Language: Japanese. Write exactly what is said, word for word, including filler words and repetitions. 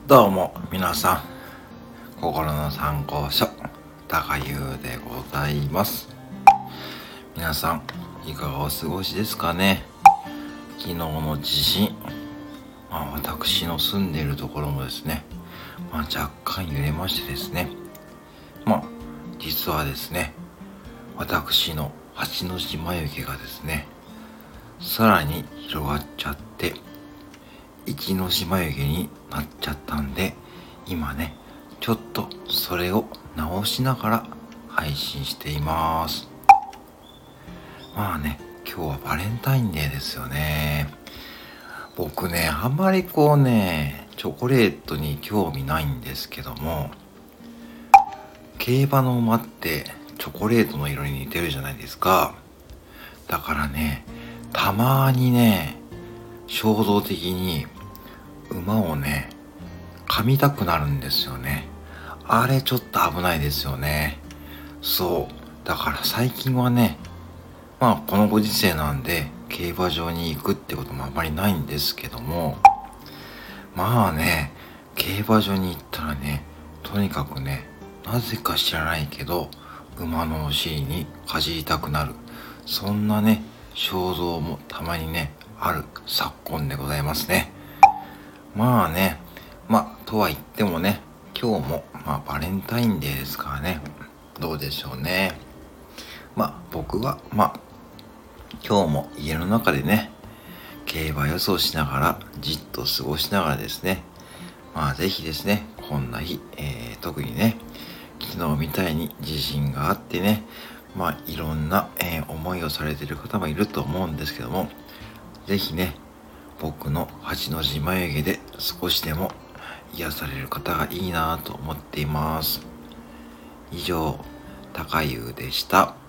どうも皆さん、心の参考書高優でございます。皆さんいかがお過ごしですかね。昨日の地震、まあ、私の住んでいるところもですね、まあ、若干揺れましてですね、まあ実はですね、私の八の字眉毛がですね、さらに広がっちゃって一の字眉毛になっちゃったんで、今ねちょっとそれを直しながら配信しています。まあね、今日はバレンタインデーですよね。僕ねあんまりこうねチョコレートに興味ないんですけども、競馬の馬ってチョコレートの色に似てるじゃないですか。だからね、たまにね衝動的に馬をね噛みたくなるんですよね。あれちょっと危ないですよね。そうだから最近はね、まあこのご時世なんで競馬場に行くってこともあまりないんですけども、まあね競馬場に行ったらね、とにかくね、なぜか知らないけど馬のお尻にかじりたくなる、そんなね衝動もたまにねある昨今でございますね。まあね、まあとは言ってもね、今日もまあバレンタインデーですからね、どうでしょうね。まあ僕はまあ今日も家の中でね競馬予想しながらじっと過ごしながらですね、まあぜひですねこんな日、えー、特にね昨日みたいに地震があってね、まあいろんな、えー、思いをされている方もいると思うんですけども、ぜひね僕の八の字眉毛で少しでも癒される方がいいなと思っています。以上、高優でした。